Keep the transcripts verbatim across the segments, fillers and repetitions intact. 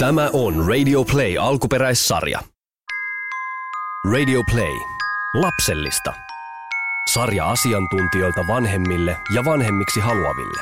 Tämä on Radio Play alkuperäissarja. Radio Play. Lapsellista. Sarja asiantuntijoilta vanhemmille ja vanhemmiksi haluaville.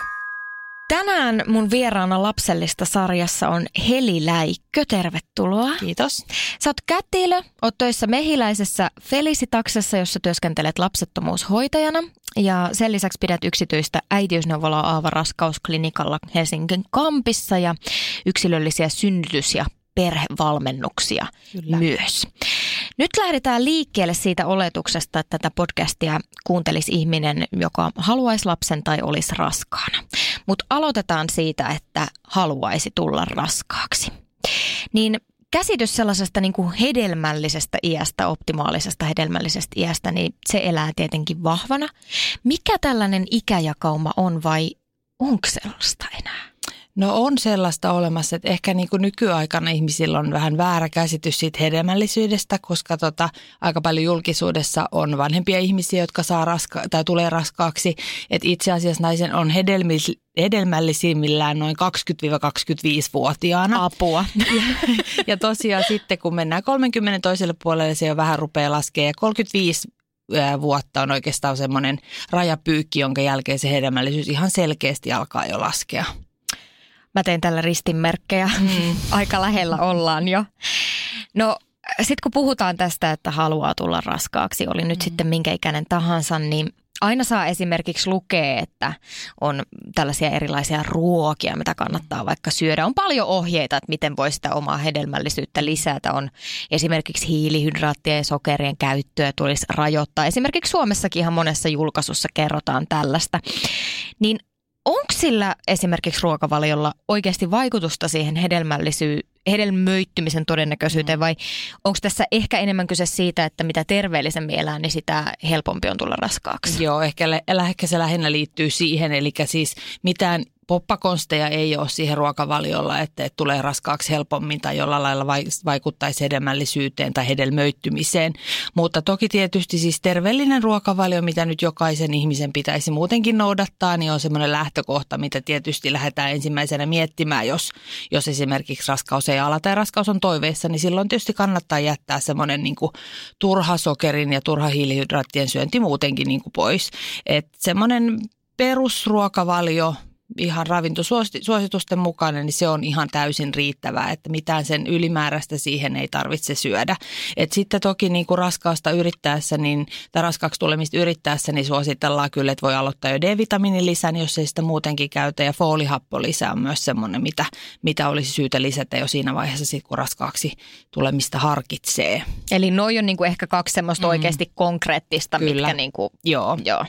Tänään mun vieraana Lapsellista sarjassa on Heli Läikkö. Tervetuloa. Kiitos. Sä oot kätilö, oot töissä Mehiläisessä Felicitaksessa, jossa työskentelet lapsettomuushoitajana. Ja sen lisäksi pidät yksityistä äitiysneuvolaa Aava raskausklinikalla Helsingin Kampissa ja yksilöllisiä synnytys- ja perhevalmennuksia Kyllä. myös. Nyt lähdetään liikkeelle siitä oletuksesta, että tätä podcastia kuuntelisi ihminen, joka haluaisi lapsen tai olisi raskaana. Mutta aloitetaan siitä, että haluaisi tulla raskaaksi. Niin käsitys sellaisesta niin kuin hedelmällisestä iästä, optimaalisesta hedelmällisestä iästä, niin se elää tietenkin vahvana. Mikä tällainen ikäjakauma on vai onko sellaista enää? No on sellaista olemassa, että ehkä niin kuin nykyaikana ihmisillä on vähän väärä käsitys siitä hedelmällisyydestä, koska tota, aika paljon julkisuudessa on vanhempia ihmisiä, jotka saa raska- tai tulee raskaaksi. Että itse asiassa naisen on hedelmill- hedelmällisimmillään noin kaksikymmentä-kaksikymmentäviisivuotiaana. Apua. Ja, ja tosiaan sitten kun mennään kolmenkymmenen toiselle puolelle, se jo vähän rupeaa laskemaan ja kolmekymmentäviisi vuotta on oikeastaan semmoinen rajapyykki, jonka jälkeen se hedelmällisyys ihan selkeästi alkaa jo laskea. Mä teen tällä ristinmerkkejä. Mm. Aika lähellä ollaan jo. No sitten kun puhutaan tästä, että haluaa tulla raskaaksi, oli nyt mm. sitten minkä ikäinen tahansa, niin aina saa esimerkiksi lukea, että on tällaisia erilaisia ruokia, mitä kannattaa vaikka syödä. On paljon ohjeita, että miten voi sitä omaa hedelmällisyyttä lisätä. On esimerkiksi hiilihydraattien ja sokerien käyttöä tulisi rajoittaa. Esimerkiksi Suomessakin ihan monessa julkaisussa kerrotaan tällaista. Niin onko sillä esimerkiksi ruokavaliolla oikeasti vaikutusta siihen hedelmällisyyteen, hedelmöittymisen todennäköisyyteen vai onko tässä ehkä enemmän kyse siitä, että mitä terveellisemmin elää, niin sitä helpompi on tulla raskaaksi? Joo, ehkä, ehkä se lähinnä liittyy siihen, eli siis mitään poppakonsteja ei ole siihen ruokavaliolla, että, että tulee raskaaksi helpommin tai jollain lailla vaikuttaisi hedelmällisyyteen tai hedelmöittymiseen. Mutta toki tietysti siis terveellinen ruokavalio, mitä nyt jokaisen ihmisen pitäisi muutenkin noudattaa, niin on semmoinen lähtökohta, mitä tietysti lähdetään ensimmäisenä miettimään, jos, jos esimerkiksi raskaus ei ala tai raskaus on toiveissa, niin silloin tietysti kannattaa jättää semmoinen niin kuin turha sokerin ja turha hiilihydraattien syönti muutenkin niin kuin pois. Että semmoinen perusruokavalio, ihan ravintosuositusten mukainen, niin se on ihan täysin riittävää, että mitään sen ylimääräistä siihen ei tarvitse syödä. Et sitten toki niin kuin raskaasta yrittäessä, niin, tai raskaaksi tulemista yrittäessä, niin suositellaan kyllä, että voi aloittaa jo D-vitamiinilisän, jos ei sitä muutenkin käytä, ja foolihappolisä on myös semmoinen, mitä, mitä olisi syytä lisätä jo siinä vaiheessa, sit, kun raskaaksi tulemista harkitsee. Eli noi on niin kuin ehkä kaksi semmoista mm. oikeasti konkreettista, kyllä. mitkä niin kuin, joo. joo.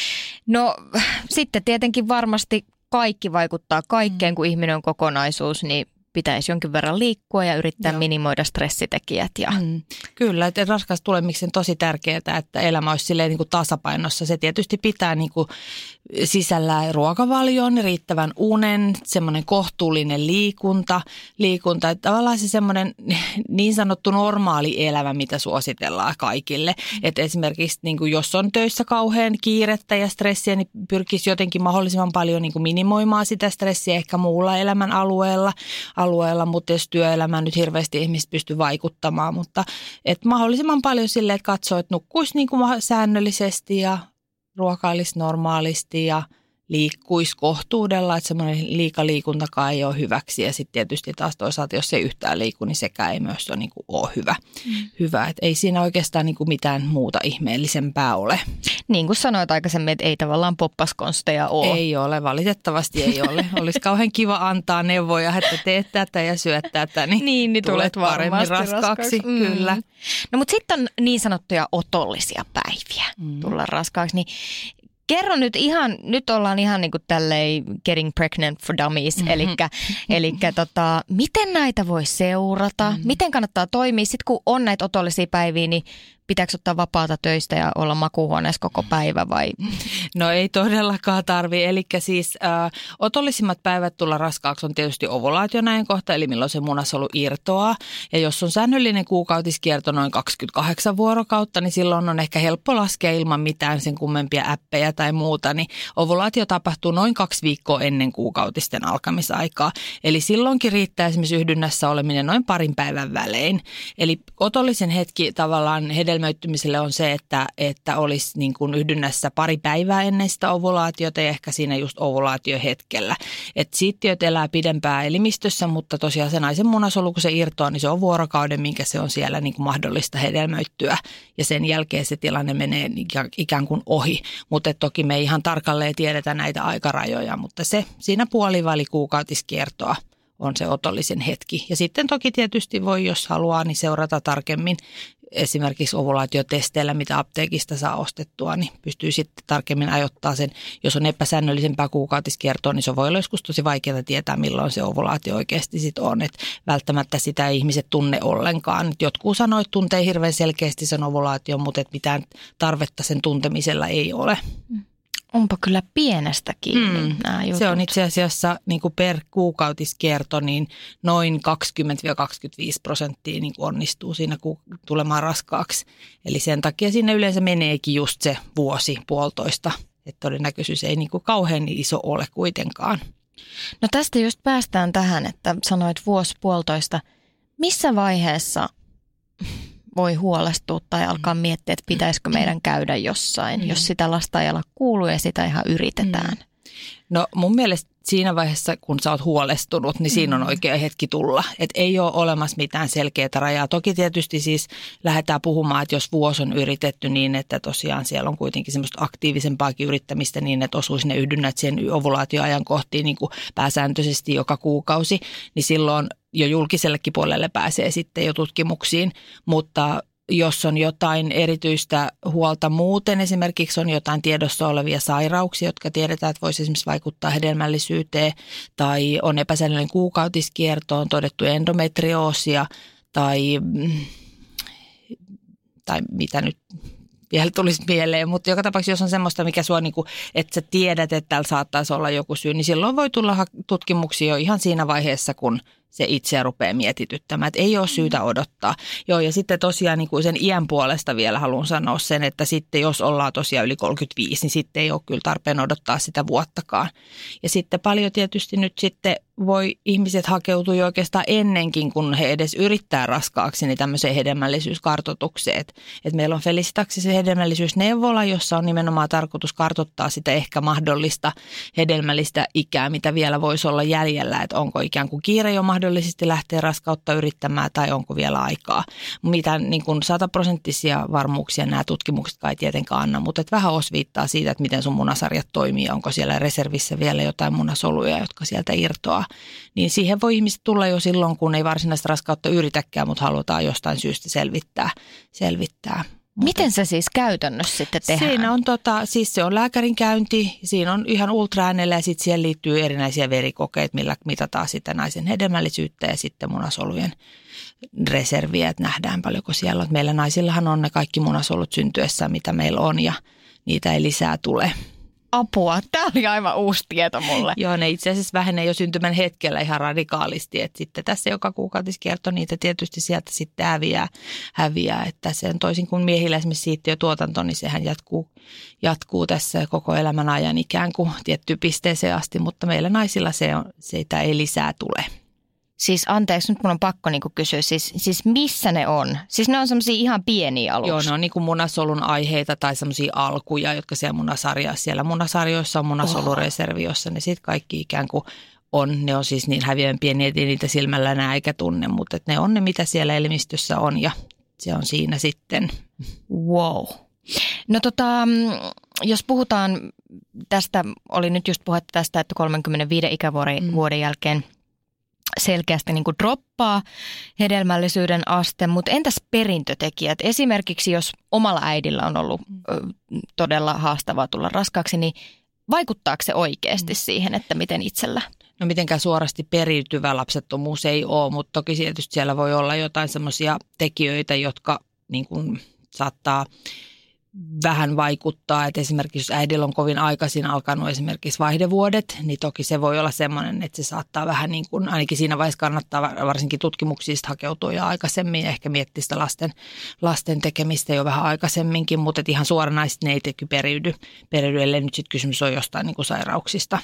No sitten tietenkin varmasti kaikki vaikuttaa kaikkeen, kun ihminen on kokonaisuus, niin pitäisi jonkin verran liikkua ja yrittää Joo. minimoida stressitekijät. Ja. Mm. Kyllä, että raskaasta tulemiksi on tosi tärkeää, että elämä olisi silleen niin kuin tasapainossa. Se tietysti pitää niin kuin sisällään ruokavalion, riittävän unen, semmoinen kohtuullinen liikunta. liikunta että tavallaan se semmoinen niin sanottu normaali elämä, mitä suositellaan kaikille. Mm. Että esimerkiksi niin kuin jos on töissä kauhean kiirettä ja stressiä, niin pyrkisi jotenkin mahdollisimman paljon niin kuin minimoimaan sitä stressiä ehkä muulla elämän alueella. alueella, mutta jos työelämään nyt hirveästi ihmiset pystyy vaikuttamaan, mutta että mahdollisimman paljon silleen, että katsoo, että nukkuisi niin kuin säännöllisesti ja ruokailisi normaalisti ja liikkuisi kohtuudella, että semmoinen liikaliikuntakaan ei ole hyväksi ja sitten tietysti taas toisaalta, jos ei yhtään liiku, niin sekään ei myös ole, niin kuin ole hyvä. Mm. hyvä. Että ei siinä oikeastaan niin kuin mitään muuta ihmeellisempää ole. Niin kuin sanoit aikaisemmin, että ei tavallaan poppaskonsteja ole. Ei ole, valitettavasti ei ole. Olisi kauhean kiva antaa neuvoja, että teet tätä ja syöt tätä, niin, niin, niin tulet paremmin raskaaksi. raskaaksi. Mm. Kyllä. No mutta sitten on niin sanottuja otollisia päiviä mm. tulla raskaaksi, niin kerro nyt ihan, nyt ollaan ihan niin kuin tälleen getting pregnant for dummies, mm-hmm. elikkä, elikkä tota, miten näitä voi seurata, mm-hmm. miten kannattaa toimia, sitten kun on näitä otollisia päiviä, niin pitääkö ottaa vapaata töistä ja olla makuuhuoneessa koko päivä vai? No ei todellakaan tarvi. Eli siis äh, otollisimmat päivät tulla raskaaksi on tietysti ovulaationajan kohta, eli milloin se munasolu irtoaa. Ja jos on säännöllinen kuukautiskierto noin kaksikymmentäkahdeksan vuorokautta, niin silloin on ehkä helppo laskea ilman mitään sen kummempia äppejä tai muuta. Niin ovulaatio tapahtuu noin kaksi viikkoa ennen kuukautisten alkamisaikaa. Eli silloinkin riittää esimerkiksi yhdynnässä oleminen noin parin päivän välein. Eli otollisen hetki tavallaan hedelmöittymiselle on se, että, että olisi niin kuin yhdynnässä pari päivää ennen sitä ovulaatiota ja ehkä siinä just ovulaatiohetkellä. Että siittiöt elää pidempään elimistössä, mutta tosiaan se naisen munasolu, kun se irtoaa, niin se on vuorokauden, minkä se on siellä niin kuin mahdollista hedelmöittyä. Ja sen jälkeen se tilanne menee ikään kuin ohi. Mutta toki me ei ihan tarkalleen tiedetä näitä aikarajoja, mutta se siinä puoliväli kuukautiskiertoa on se otollisen hetki. Ja sitten toki tietysti voi, jos haluaa, niin seurata tarkemmin esimerkiksi ovulaatiotesteillä, mitä apteekista saa ostettua, niin pystyy sitten tarkemmin ajoittaa sen. Jos on epäsäännöllisempää kuukautiskiertoa, niin se voi olla joskus tosi vaikeaa tietää, milloin se ovulaatio oikeasti sitten on. Et välttämättä sitä ei ihmiset tunne ollenkaan. Et jotkut sanoo, että tuntee hirveän selkeästi sen ovulaation, mutta et mitään tarvetta sen tuntemisella ei ole. Onpa kyllä pienestä kiinni mm. nämä jutut. Se on itse asiassa niin kuin per kuukautiskierto niin noin kaksikymmentä kaksikymmentäviisi prosenttia niin kuin onnistuu siinä tulemaan raskaaksi. Eli sen takia sinne yleensä meneekin just se vuosi puolitoista. Että todennäköisyys ei niin kuin kauhean iso ole kuitenkaan. No tästä just päästään tähän, että sanoit vuosi puolitoista. Missä vaiheessa voi huolestua tai alkaa miettiä, että pitäisikö meidän käydä jossain, mm. jos sitä lasta ei ala kuulua ja sitä ihan yritetään? Mm. No mun mielestä siinä vaiheessa, kun sä oot huolestunut, niin siinä on oikea hetki tulla. Että ei ole olemassa mitään selkeää rajaa. Toki tietysti siis lähdetään puhumaan, että jos vuosi on yritetty niin, että tosiaan siellä on kuitenkin semmoista aktiivisempaakin yrittämistä niin, että osuisi ne yhdynnät siihen ovulaatioajan kohtiin niin kuin pääsääntöisesti joka kuukausi, niin silloin jo julkisellekin puolelle pääsee sitten jo tutkimuksiin, mutta jos on jotain erityistä huolta muuten, esimerkiksi on jotain tiedossa olevia sairauksia, jotka tiedetään, että voisi esimerkiksi vaikuttaa hedelmällisyyteen, tai on epäsäännöllinen kuukautiskierto, on todettu endometrioosia, tai, tai mitä nyt vielä tulisi mieleen, mutta joka tapauksessa, jos on semmoista, mikä sua, niin kuin, että sä tiedät, että täällä saattaisi olla joku syy, niin silloin voi tulla tutkimuksia jo ihan siinä vaiheessa, kun se itseä rupeaa mietityttämään, että ei ole syytä odottaa. Joo, ja sitten tosiaan niin kuin sen iän puolesta vielä haluan sanoa sen, että sitten jos ollaan tosiaan yli kolmekymmentäviisi, niin sitten ei ole kyllä tarpeen odottaa sitä vuottakaan. Ja sitten paljon tietysti nyt sitten voi ihmiset hakeutua jo oikeastaan ennenkin, kun he edes yrittää raskaaksi, niin tämmöiseen hedelmällisyyskartoitukseen. Että et meillä on Felicitaksisen hedelmällisyysneuvola, jossa on nimenomaan tarkoitus kartoittaa sitä ehkä mahdollista hedelmällistä ikää, mitä vielä voisi olla jäljellä, että onko ikään kuin kiire jo mahdollisesti lähteä raskautta yrittämään tai onko vielä aikaa. Mitään niin kuin sataprosenttisia varmuuksia nämä tutkimukset kai tietenkään anna, mutta et vähän osviittaa siitä, että miten sun munasarjat toimii, onko siellä reservissä vielä jotain munasoluja, jotka sieltä irtoaa. Niin siihen voi ihmiset tulla jo silloin, kun ei varsinaista raskautta yritäkään, mutta halutaan jostain syystä selvittää. selvittää. Miten se siis käytännössä sitten tehdään? Siinä on, tota, siis se on lääkärin käynti, siinä on ihan ultraäänellä ja sitten siihen liittyy erinäisiä verikokeita, millä mitataan sitä naisen hedelmällisyyttä ja sitten munasolujen reserviä, että nähdään paljonko siellä on. Meillä naisillahan on ne kaikki munasolut syntyessä, mitä meillä on ja niitä ei lisää tule. Apua, tämä oli aivan uusi tieto mulle. Joo, ne itse asiassa vähenee jo syntymän hetkellä ihan radikaalisti, että sitten tässä joka kuukautiskierto niitä tietysti sieltä sitten häviää, häviää. Että se on toisin kuin miehillä esimerkiksi siittiötuotanto, niin sehän jatkuu, jatkuu tässä koko elämän ajan ikään kuin tiettyyn pisteeseen asti, mutta meillä naisilla se on, sitä ei lisää tule. Siis anteeksi, nyt mun on pakko niinku kysyä, siis, siis missä ne on? Siis ne on semmoisia ihan pieniä aluksi. Joo, ne on niinku munasolun aiheita tai semmoisia alkuja, jotka siellä munasarjassa, siellä munasarjoissa on munasolureservi, jossa ne sitten kaikki ikään kuin on. Ne on siis niin häviön pieniä, että niitä silmällä näe eikä tunne, mutta ne on ne, mitä siellä elimistössä on ja se on siinä sitten. Wow. No tota, jos puhutaan tästä, oli nyt just puhetta tästä, että kolmekymmentäviisi ikävuoden mm. vuoden jälkeen selkeästi niin kuin droppaa hedelmällisyyden aste, mutta entäs perintötekijät? Esimerkiksi jos omalla äidillä on ollut ö, todella haastavaa tulla raskaaksi, niin vaikuttaako se oikeasti siihen, että miten itsellä? No mitenkään suorasti periytyvä lapsettomuus ei ole, mutta toki tietysti siellä voi olla jotain semmoisia tekijöitä, jotka niin kuin saattaa vähän vaikuttaa, että esimerkiksi jos äidillä on kovin aikaisin alkanut esimerkiksi vaihdevuodet, niin toki se voi olla semmoinen, että se saattaa vähän niin kuin, ainakin siinä vaiheessa kannattaa varsinkin tutkimuksista hakeutua jo aikaisemmin ja ehkä miettiä sitä lasten, lasten tekemistä jo vähän aikaisemminkin, mutta ihan suoranaisesti ne ei teki periydy, periydy, ellei nyt sitten kysymys on jostain niin kuin sairauksista.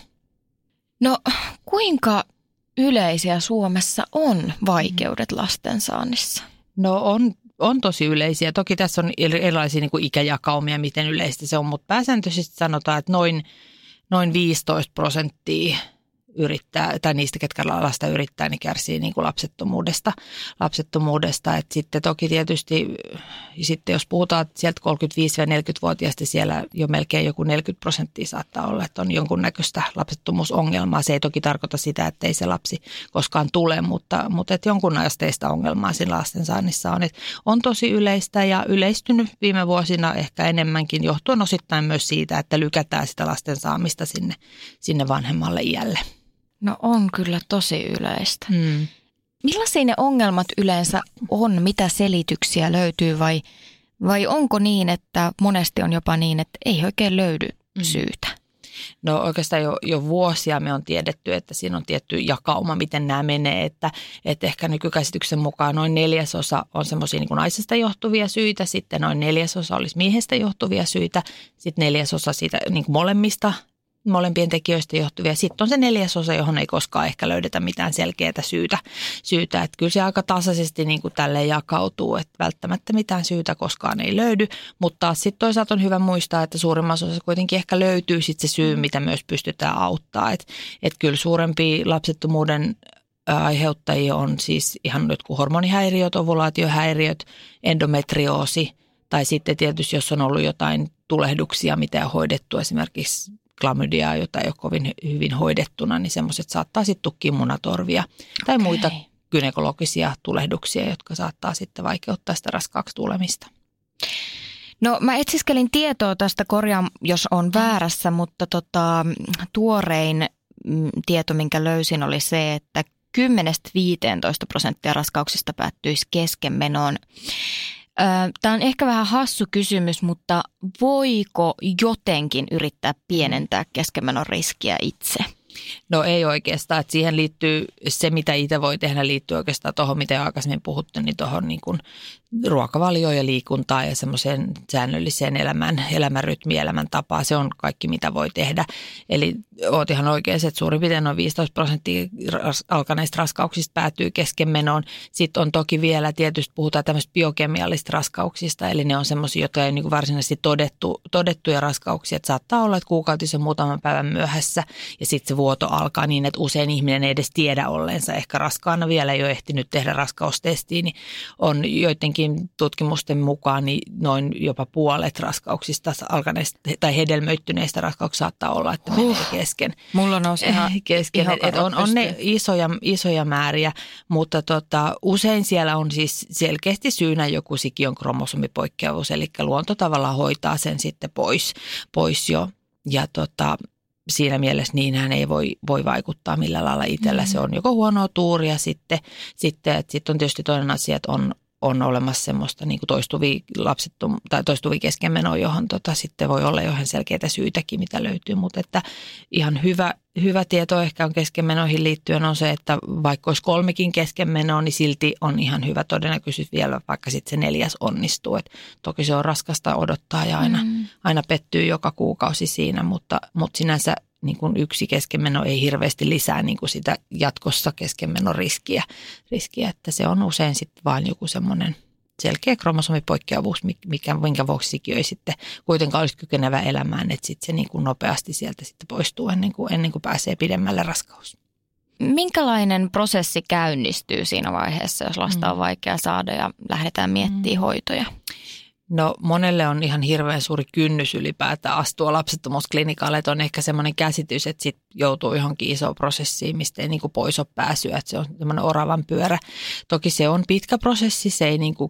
No kuinka yleisiä Suomessa on vaikeudet lastensaannissa? No on On tosi yleisiä. Toki tässä on erilaisia niin kuin ikäjakaumia, miten yleistä se on, mutta pääsääntöisesti sanotaan, että noin, noin viisitoista prosenttia yrittää, tai niistä, ketkä lasta yrittää, niin kärsii niin kuin lapsettomuudesta. lapsettomuudesta. Et sitten toki tietysti, sitten jos puhutaan sieltä kolmekymmentäviisi-neljäkymmentävuotiaista, siellä jo melkein joku neljäkymmentä prosenttia saattaa olla, että on jonkunnäköistä lapsettomuusongelmaa. Se ei toki tarkoita sitä, että ei se lapsi koskaan tule, mutta, mutta että jonkun asteista ongelmaa siinä lastensaannissa on. Et on tosi yleistä ja yleistynyt viime vuosina ehkä enemmänkin, johtuen osittain myös siitä, että lykätään sitä lasten saamista sinne, sinne vanhemmalle iälle. No on kyllä tosi yleistä. Hmm. Millaisia ne ongelmat yleensä on? Mitä selityksiä löytyy vai, vai onko niin, että monesti on jopa niin, että ei oikein löydy syytä? No oikeastaan jo, jo vuosia me on tiedetty, että siinä on tietty jakauma, miten nämä menee, että, että ehkä nykykäsityksen mukaan noin neljäsosa on semmoisia niin kuin naisesta johtuvia syitä, sitten noin neljäsosa olisi miehestä johtuvia syitä, sitten neljäsosa siitä niin kuin molemmista molempien tekijöistä johtuvia. Sitten on se neljäsosa, johon ei koskaan ehkä löydetä mitään selkeää syytä. syytä. Että kyllä se aika tasaisesti niin kuin tälleen jakautuu, että välttämättä mitään syytä koskaan ei löydy. Mutta sitten toisaalta on hyvä muistaa, että suurimmassa osassa kuitenkin ehkä löytyy sitten se syy, mitä myös pystytään auttaa. Että et kyllä suurempia lapsettomuuden aiheuttajia on siis ihan jotkut hormonihäiriöt, ovulaatiohäiriöt, endometrioosi tai sitten tietysti jos on ollut jotain tulehduksia, mitä on hoidettu esimerkiksi klamydiaa, jota ei ole kovin hyvin hoidettuna, niin semmoiset saattaa sitten tukkia munatorvia tai okay. muita gynekologisia tulehduksia, jotka saattaa sitten vaikeuttaa sitä raskaaksi tulemista. No mä etsiskelin tietoa tästä, korjaan jos on väärässä, mutta tota, tuorein tieto, minkä löysin, oli se, että kymmenestä viiteentoista prosenttia raskauksista päättyisi keskenmenoon. Tämä on ehkä vähän hassu kysymys, mutta voiko jotenkin yrittää pienentää keskenmenon riskiä itse? No ei oikeastaan, että siihen liittyy se, mitä itse voi tehdä, liittyy oikeastaan tuohon, mitä aikaisemmin puhuttu, niin tuohon niin kuin ruokavalioon ja liikuntaan ja semmoiseen säännölliseen elämän, elämänrytmiin, elämäntapaan. Se on kaikki, mitä voi tehdä. Eli oot ihan oikeassa, että suurin piirtein noin viisitoista prosenttia alkaneista raskauksista päätyy keskenmenoon. Sitten on toki vielä, tietysti puhutaan tämmöistä biokemiallisista raskauksista, eli ne on semmoisia, jotka ei niin kuin varsinaisesti todettu, todettuja raskauksia. Että saattaa olla, että kuukautisen muutaman päivän myöhässä ja sitten se vuoto alkaa niin, että usein ihminen ei edes tiedä olleensa ehkä raskaana, vielä ei ole ehtinyt tehdä raskaustestiä, niin on joidenkin tutkimusten mukaan niin noin jopa puolet raskauksista alkaneista tai hedelmöittyneistä raskauksista saattaa olla, että menee uh, kesken. Mulla nousi ihan, kesken. ihan Et on, on ne isoja, isoja määriä, mutta tota, usein siellä on siis selkeästi syynä joku sikiön kromosomipoikkeavuus, eli luonto tavallaan hoitaa sen sitten pois, pois jo. Ja tota, siinä mielessä niinhän ei voi, voi vaikuttaa millään lailla itsellä. Mm. Se on joko huonoa tuuria sitten, sitten että sitten on tietysti toinen asia, että on, on olemassa semmoista niin kuin toistuvia lapsettum, tai toistuvia keskenmenoja, johon tota, sitten voi olla johon selkeitä syytäkin, mitä löytyy. Mutta että ihan hyvä, hyvä tieto ehkä on keskenmenoihin liittyen on se, että vaikka olisi kolmekin keskenmenoa, niin silti on ihan hyvä todennäköisyys vielä, vaikka sitten se neljäs onnistuu. Et toki se on raskasta odottaa ja aina, mm. aina pettyy joka kuukausi siinä, mutta, mutta sinänsä niin kuin yksi keskenmeno ei hirveästi lisää niin kuin sitä jatkossa keskenmenon riskiä, riskiä, että se on usein sitten vain joku semmoinen selkeä kromosomipoikkeavuus, mikä, minkä vuoksi sikiö ei sitten kuitenkaan olisi kykenevä elämään, että sitten se niin kuin nopeasti sieltä sitten poistuu ennen kuin, ennen kuin pääsee pidemmälle raskaus. Minkälainen prosessi käynnistyy siinä vaiheessa, jos lasta on vaikea saada ja lähdetään miettimään mm. hoitoja? No monelle on ihan hirveän suuri kynnys ylipäätään astua lapsettomuusklinikalle, että on ehkä semmoinen käsitys, että sit joutuu johonkin isoon prosessiin, mistä ei niinku pois ole pääsyä, että se on semmoinen oravan pyörä. Toki se on pitkä prosessi, se ei niinku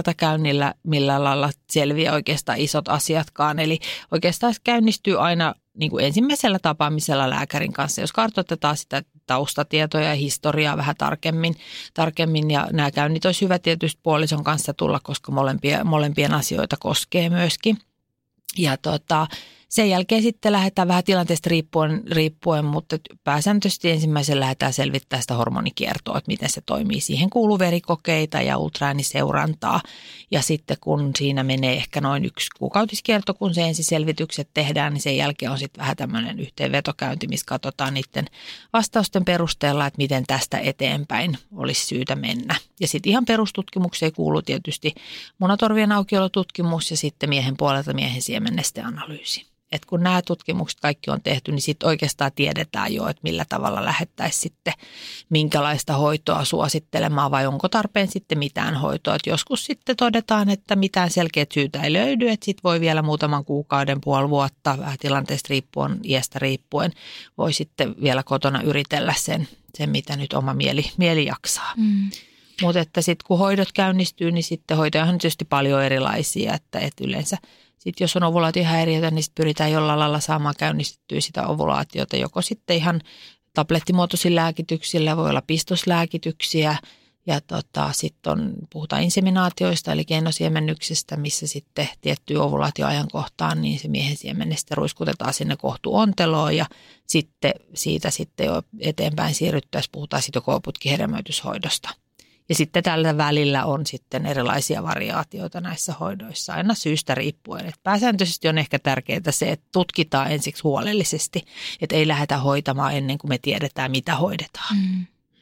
kertakäynnillä millään lailla selviä oikeastaan isot asiatkaan, eli oikeastaan se käynnistyy aina niin kuin ensimmäisellä tapaamisella lääkärin kanssa, jos kartoitetaan sitä taustatietoja ja historiaa vähän tarkemmin, tarkemmin ja nämä käynnit olisi hyvä tietysti puolison kanssa tulla, koska molempia, molempien asioita koskee myöskin. Ja tota, sen jälkeen sitten lähdetään vähän tilanteesta riippuen, riippuen mutta pääsääntöisesti ensimmäisen lähdetään selvittämään sitä hormonikiertoa, että miten se toimii. Siihen kuuluu verikokeita ja ultraääniseurantaa. Ja sitten kun siinä menee ehkä noin yksi kuukautiskierto, kun se ensiselvitykset tehdään, niin sen jälkeen on sitten vähän tämmöinen yhteenvetokäynti, missä katsotaan niiden vastausten perusteella, että miten tästä eteenpäin olisi syytä mennä. Ja sitten ihan perustutkimukseen kuuluu tietysti munatorvien aukiolotutkimus ja sitten miehen puolelta miehen siemenesteanalyysi. Et kun nämä tutkimukset kaikki on tehty, niin sitten oikeastaan tiedetään jo, että millä tavalla lähettäisiin sitten minkälaista hoitoa suosittelemaan vai onko tarpeen sitten mitään hoitoa. Et joskus sitten todetaan, että mitään selkeät syytä ei löydy, että sitten voi vielä muutaman kuukauden, puoli vuotta, vähän tilanteesta riippuen, iästä riippuen, voi sitten vielä kotona yritellä sen, sen mitä nyt oma mieli, mieli jaksaa. Mm. Mutta että sitten kun hoidot käynnistyy, niin sitten hoitoja on tietysti paljon erilaisia, että, että yleensä sitten jos on ovulaatiohäiriötä, niin sitten pyritään jollain lailla saamaan käynnistettyä sitä ovulaatiota, joko sitten ihan tablettimuotoisilla lääkityksillä, voi olla pistoslääkityksiä ja tota, sitten on, puhutaan inseminaatioista eli genosiemennyksistä, missä sitten tiettyyn ovulaatioajankohtaan, niin se miehen siemen sitten ruiskutetaan sinne kohtuonteloon ja sitten siitä sitten jo eteenpäin siirryttäessä puhutaan sitten jo kooputkihedelmöityshoidosta. Ja sitten tällä välillä on sitten erilaisia variaatioita näissä hoidoissa, aina syystä riippuen. Et pääsääntöisesti on ehkä tärkeää se, että tutkitaan ensiksi huolellisesti, että ei lähdetä hoitamaan ennen kuin me tiedetään, mitä hoidetaan. Mm.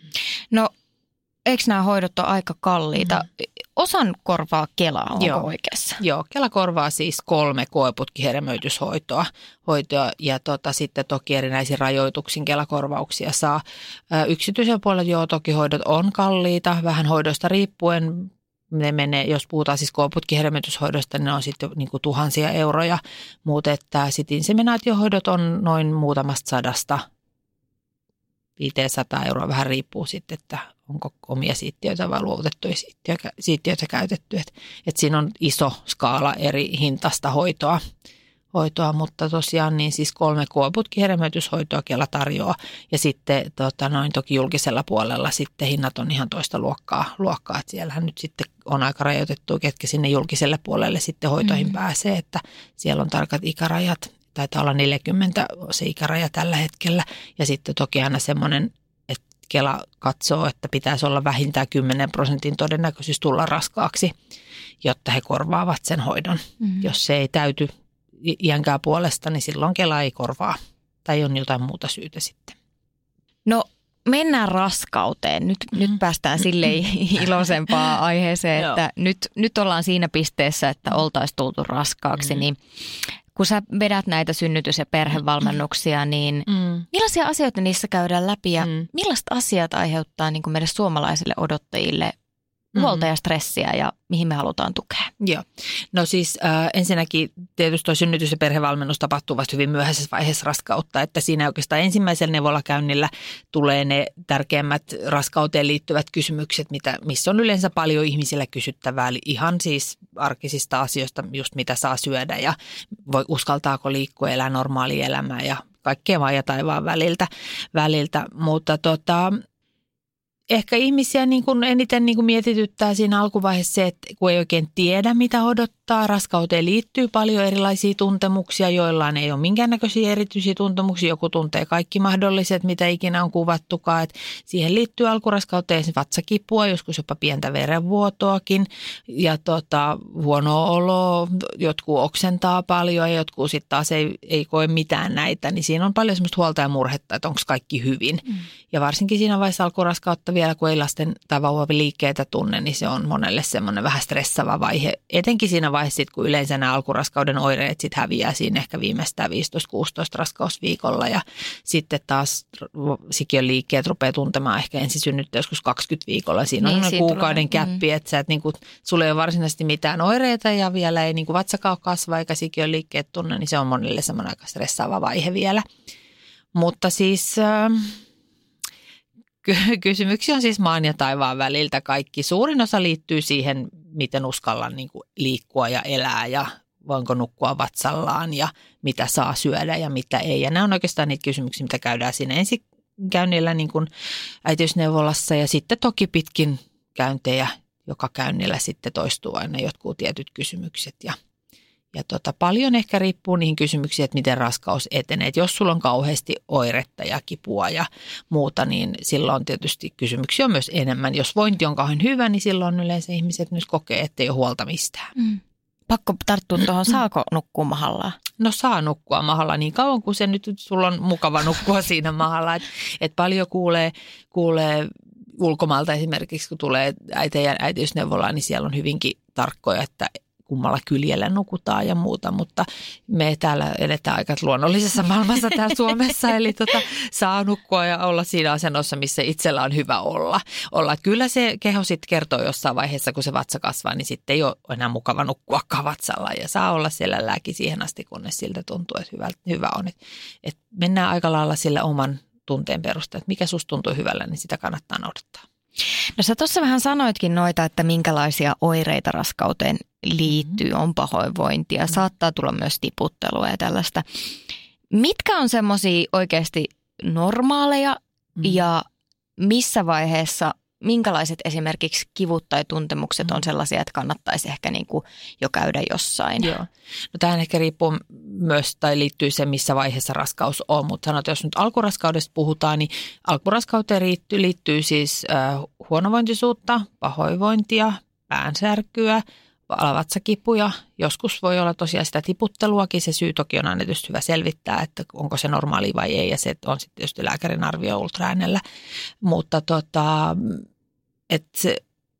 No, eikö nämä hoidot ole aika kalliita? Mm. Osan korvaa Kela, onko Joo. oikeassa? Joo, Kela korvaa siis kolme koeputkihedelmöityshoitoa hoitoa, ja tota, sitten toki erinäisiin rajoituksiin Kela-korvauksia saa. Yksityisen puolella joo, toki hoidot on kalliita, vähän hoidoista riippuen. Ne menee, jos puhutaan siis koeputkihedelmöityshoidosta, niin ne on sitten niin kuin tuhansia euroja, mutta että sitten inseminaatiohoidot on noin muutamasta sadasta viisisataa euroa, vähän riippuu sitten, että onko omia siittiöitä vai luovutettuja siittiöitä, siittiöitä käytetty. Et, et siinä on iso skaala eri hintasta hoitoa, hoitoa mutta tosiaan niin siis kolme koeputkihedelmöityshoitoa Kela tarjoaa. Ja sitten tota, noin toki julkisella puolella sitten hinnat on ihan toista luokkaa. luokkaa. Et siellähän nyt sitten on aika rajoitettu, ketkä sinne julkiselle puolelle sitten hoitoihin mm-hmm. pääsee, että siellä on tarkat ikärajat. Taitaa olla neljäkymmentä se ikäraja tällä hetkellä ja sitten toki aina semmoinen, että Kela katsoo, että pitäisi olla vähintään kymmenen prosentin todennäköisyys tulla raskaaksi, jotta he korvaavat sen hoidon. Mm-hmm. Jos se ei täyty iänkään puolesta, niin silloin Kela ei korvaa tai on jotain muuta syytä sitten. No mennään raskauteen. Nyt, mm-hmm. nyt päästään silleen iloisempaan aiheeseen, että nyt, nyt ollaan siinä pisteessä, että oltaisiin tultu raskaaksi, mm-hmm. niin kun sä vedät näitä synnytys- ja perhevalmennuksia, niin mm. millaisia asioita niissä käydään läpi ja mm. millaiset asiat aiheuttaa niin kuin meille suomalaisille odottajille huolta ja stressiä ja mihin me halutaan tukea? Joo. No siis äh, ensinnäkin tietysti tuo synnytys- ja perhevalmennus tapahtuu vasta hyvin myöhäisessä vaiheessa raskautta, että siinä oikeastaan ensimmäisellä neuvolakäynnillä tulee ne tärkeimmät raskauteen liittyvät kysymykset, mitä, missä on yleensä paljon ihmisillä kysyttävää, eli ihan siis arkisista asioista, just mitä saa syödä ja voi, uskaltaako liikkua, elää normaalia elämää ja kaikkea maan ja taivaan väliltä, väliltä. mutta tota... Ehkä ihmisiä niin kuin eniten niin kuin mietityttää siinä alkuvaiheessa se, että kun ei oikein tiedä, mitä odottaa. Raskauteen liittyy paljon erilaisia tuntemuksia, joillain ei ole minkäännäköisiä erityisiä tuntemuksia. Joku tuntee kaikki mahdolliset, mitä ikinä on kuvattukaan. Et siihen liittyy alkuraskauteen vatsakipua, joskus jopa pientä verenvuotoakin ja tota, huonoa oloa. Jotkut oksentaa paljon ja jotkut sitten taas ei, ei koe mitään näitä. Niin siinä on paljon semmoista huolta ja murhetta, että onko kaikki hyvin. Mm. Ja varsinkin siinä vaiheessa alkuraskautta vielä, kun ei lasten tai vauvan liikkeitä tunne, niin se on monelle semmoinen vähän stressaava vaihe. Etenkin siinä vaiheessa, kun yleensä nämä alkuraskauden oireet sit häviää siinä ehkä viimeistään viisitoista kuusitoista raskausviikolla. Ja sitten taas sikiön liikkeet rupeaa tuntemaan ehkä ensisynnyttä joskus kaksikymmentä viikolla. Siinä on niin, kuukauden tulee. käppi, että sä et, niin kuin, sulla ei ole varsinaisesti mitään oireita ja vielä ei niin kuin vatsakaan kasva eikä sikiön liikkeet tunne, niin se on monelle semmoinen aika stressaava vaihe vielä. Mutta siis... Äh, Kysymyksiä on siis maan ja taivaan väliltä kaikki. Suurin osa liittyy siihen, miten uskallan niin kuin liikkua ja elää ja voinko nukkua vatsallaan ja mitä saa syödä ja mitä ei. Ja nämä on oikeastaan niitä kysymyksiä, mitä käydään siinä ensikäynnillä niin kuin äitiysneuvolassa ja sitten toki pitkin käyntejä, joka käynnillä sitten toistuu aina jotkut tietyt kysymykset ja Ja tota, paljon ehkä riippuu niihin kysymyksiin, että miten raskaus etenee. Et jos sulla on kauheasti oiretta ja kipua ja muuta, niin silloin tietysti kysymyksiä on myös enemmän. Jos vointi on kauhean hyvä, niin silloin yleensä ihmiset myös kokee, että ei ole huolta mistään. Mm. Pakko tarttua tuohon, saako nukkua mahallaan? No saa nukkua mahalla niin kauan kuin se nyt sulla on mukava nukkua siinä mahalla. Et, et paljon kuulee, kuulee ulkomailta esimerkiksi, kun tulee äitejä äitiysneuvolaan, niin siellä on hyvinkin tarkkoja, että kummalla kyljellä nukutaan ja muuta, mutta me täällä eletään aika luonnollisessa maailmassa täällä Suomessa, eli tota, saa nukkua ja olla siinä asennossa, missä itsellä on hyvä olla. olla. Kyllä se keho sitten kertoo jossain vaiheessa, kun se vatsa kasvaa, niin sitten ei ole enää mukava nukkuakaan vatsalla ja saa olla siellä lääki siihen asti, kunnes siltä tuntuu, että hyvä, hyvä on. Et, et mennään aika lailla sillä oman tunteen perusteella, että mikä susta tuntuu hyvällä, niin sitä kannattaa noudattaa. No sä tuossa vähän sanoitkin noita, että minkälaisia oireita raskauteen liittyy, on pahoinvointia, saattaa tulla myös tiputtelua ja tällaista. Mitkä on semmoisia oikeasti normaaleja mm. ja missä vaiheessa, minkälaiset esimerkiksi kivut tai tuntemukset on sellaisia, että kannattaisi ehkä niin kuin jo käydä jossain? Joo. No tähän ehkä riippuu myös tai liittyy se, missä vaiheessa raskaus on, mutta sanotaan, jos nyt alkuraskaudesta puhutaan, niin alkuraskauteen liittyy, liittyy siis äh, huonovointisuutta, pahoinvointia, päänsärkyä, vatsakipuja. Joskus voi olla tosiaan sitä tiputteluakin. Se syy toki on aina tietysti hyvä selvittää, että onko se normaali vai ei. Ja se on sitten tietysti lääkärin arvio ultraäänellä. Mutta tota, että se,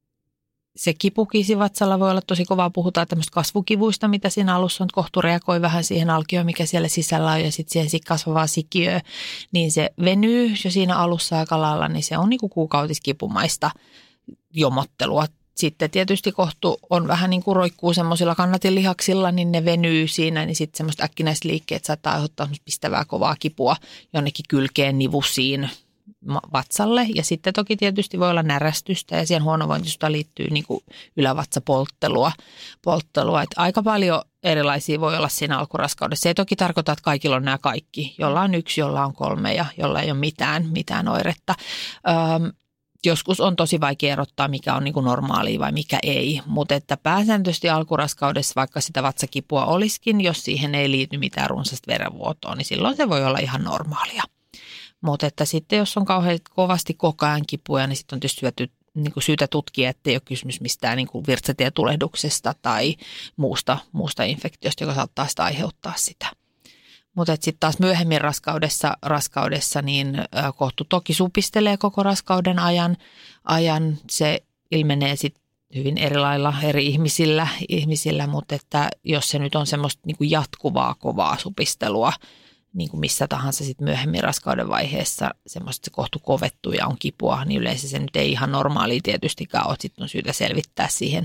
se kipukin vatsalla voi olla tosi kovaa. Puhutaan tämmöistä kasvukivuista, mitä siinä alussa on. Kohtu reagoi vähän siihen alkioon, mikä siellä sisällä on. Ja sitten siihen sit kasvavaa sikiöön. Niin se venyy jo siinä alussa aika lailla. Niin se on niin kuin kuukautiskipumaista jomottelua. Sitten tietysti kohtu on vähän niin kuin roikkuu semmoisilla kannatinlihaksilla, niin ne venyy siinä, niin sitten semmoista äkkinäisliikkeet saattaa aiheuttaa pistävää kovaa kipua jonnekin kylkeen nivusiin vatsalle. Ja sitten toki tietysti voi olla närästystä ja siihen huonovointisuutta liittyy niin kuin ylävatsapolttelua. Polttelua. Että aika paljon erilaisia voi olla siinä alkuraskaudessa. Se ei toki tarkoita, että kaikilla on nämä kaikki. Jolla on yksi, jolla on kolme ja jolla ei ole mitään, mitään oiretta. Öm, Joskus on tosi vaikea erottaa, mikä on niin kuin normaalia vai mikä ei, mutta että pääsääntöisesti alkuraskaudessa, vaikka sitä vatsakipua olisikin, jos siihen ei liity mitään runsasta verenvuotoa, niin silloin se voi olla ihan normaalia. Mutta että sitten jos on kauhean kovasti koko ajan kipuja, niin sitten on tietysti syytä, niin kuin syytä tutkia, että ei ole kysymys mistään niin kuin virtsatietulehduksesta tai muusta, muusta infektiosta, joka saattaa sitä aiheuttaa sitä. Mutta sitten taas myöhemmin raskaudessa, raskaudessa niin kohtu toki supistelee koko raskauden ajan. ajan. Se ilmenee sitten hyvin eri lailla eri ihmisillä, ihmisillä mutta että jos se nyt on semmoista niin kuin jatkuvaa kovaa supistelua, niin kuin missä tahansa sitten myöhemmin raskauden vaiheessa semmoista se kohtu kovettuu ja on kipua, niin yleensä se nyt ei ihan normaalia tietystikään ole. Sitten on syytä selvittää siihen,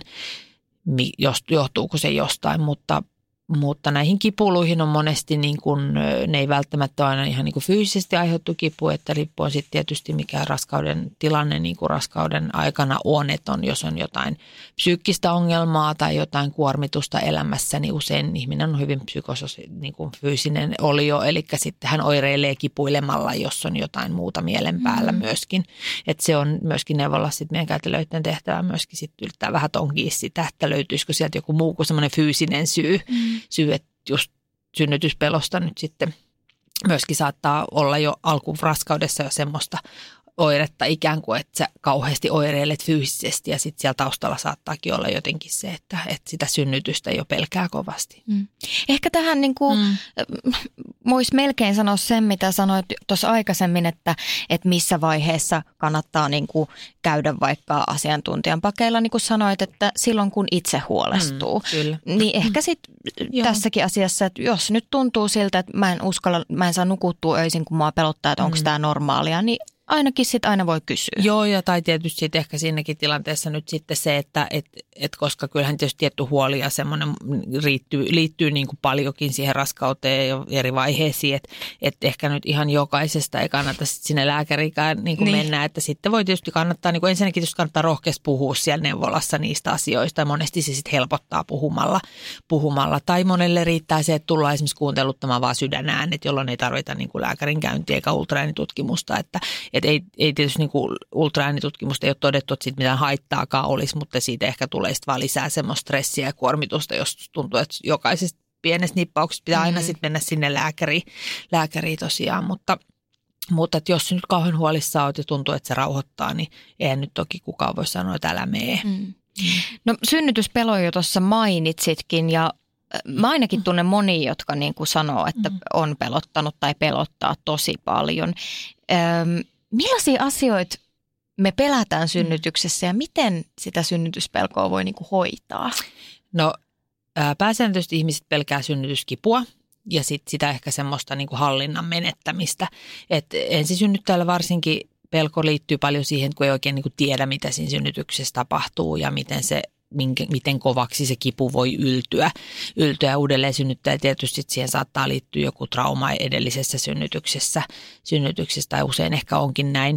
johtuuko se jostain, mutta Mutta näihin kipuluihin on monesti, niin kuin, ne ei välttämättä aina ihan niin kuin fyysisesti aiheuttu kipu, että riippuen sitten tietysti mikä raskauden tilanne niin kuin raskauden aikana on, että on, jos on jotain psyykkistä ongelmaa tai jotain kuormitusta elämässä, niin usein ihminen on hyvin psykososi, niin kuin fyysinen olio, eli sitten hän oireilee kipuilemalla, jos on jotain muuta mielen päällä mm-hmm. myöskin. Että se on myöskin neuvolla sitten meidän kätilöiden tehtävä myöskin sitten yrittää vähän tonkia sitä, että löytyisikö sieltä joku muu kuin semmoinen fyysinen syy. Mm-hmm. syy, että just synnytyspelosta nyt sitten myöskin saattaa olla jo alkuraskaudessa jo semmoista oiretta ikään kuin, että sä kauheasti oireilet fyysisesti ja sitten siellä taustalla saattaakin olla jotenkin se, että, että sitä synnytystä jo pelkää kovasti. Mm. Ehkä tähän niin kuin, mm. voisi melkein sanoa sen, mitä sanoit tuossa aikaisemmin, että, että missä vaiheessa kannattaa niin kuin käydä vaikka asiantuntijan pakeilla, niin kuin sanoit, että silloin kun itse huolestuu. Mm, kyllä. Niin ehkä sitten mm. tässäkin asiassa, että jos nyt tuntuu siltä, että mä en uskalla, mä en saa nukuttua öisin, kun mua pelottaa, että onko mm. tämä normaalia, niin ainakin sitten aina voi kysyä. Joo, ja tai tietysti sit ehkä siinäkin tilanteessa nyt sitten se, että et, et koska kyllähän tietysti tietty huoli ja semmoinen liittyy, liittyy niin kuin paljonkin siihen raskauteen ja eri vaiheisiin, että et ehkä nyt ihan jokaisesta ei kannata sit sinne lääkärikään niin kuin niin. mennä, että sitten voi tietysti kannattaa, niin kuin ensinnäkin tietysti kannattaa rohkeasti puhua siellä neuvolassa niistä asioista ja monesti se sitten helpottaa puhumalla, puhumalla. Tai monelle riittää se, että tullaan esimerkiksi kuunteluttamaan vaan sydänäänet, jolloin ei tarvita niin kuin lääkärin käyntiä eikä ultraäänitutkimusta, että et ei, ei tietysti niin kuin ultraäänitutkimusta ei ole todettu, että siitä mitään haittaakaan olisi, mutta siitä ehkä tulee sitten vaan lisää semmoista stressiä ja kuormitusta, jos tuntuu, että jokaisesta pienestä nippauksesta pitää aina mm-hmm. sitten mennä sinne lääkäriin, lääkäriin tosiaan, mutta Mutta että jos nyt kauhean huolissaan olet ja tuntuu, että se rauhoittaa, niin eihän nyt toki kukaan voi sanoa, että älä mene. Mm. No synnytyspelo jo tuossa mainitsitkin ja mä ainakin tunnen monia, jotka niin kuin sanoo, että mm. on pelottanut tai pelottaa tosi paljon. Öm, millaisia asioita me pelätään synnytyksessä ja miten sitä synnytyspelkoa voi niin kuin hoitaa? No pääsääntöisesti ihmiset pelkää synnytyskipua. Ja sitten sitä ehkä semmoista niin kuin hallinnan menettämistä. Että ensisynnyttäjällä varsinkin pelko liittyy paljon siihen, kun ei oikein niin kuin tiedä, mitä siinä synnytyksessä tapahtuu ja miten, se, minkä, miten kovaksi se kipu voi yltyä. Yltyä uudelleen synnyttäjä tietysti siihen saattaa liittyä joku trauma edellisessä synnytyksessä, synnytyksessä tai usein ehkä onkin näin.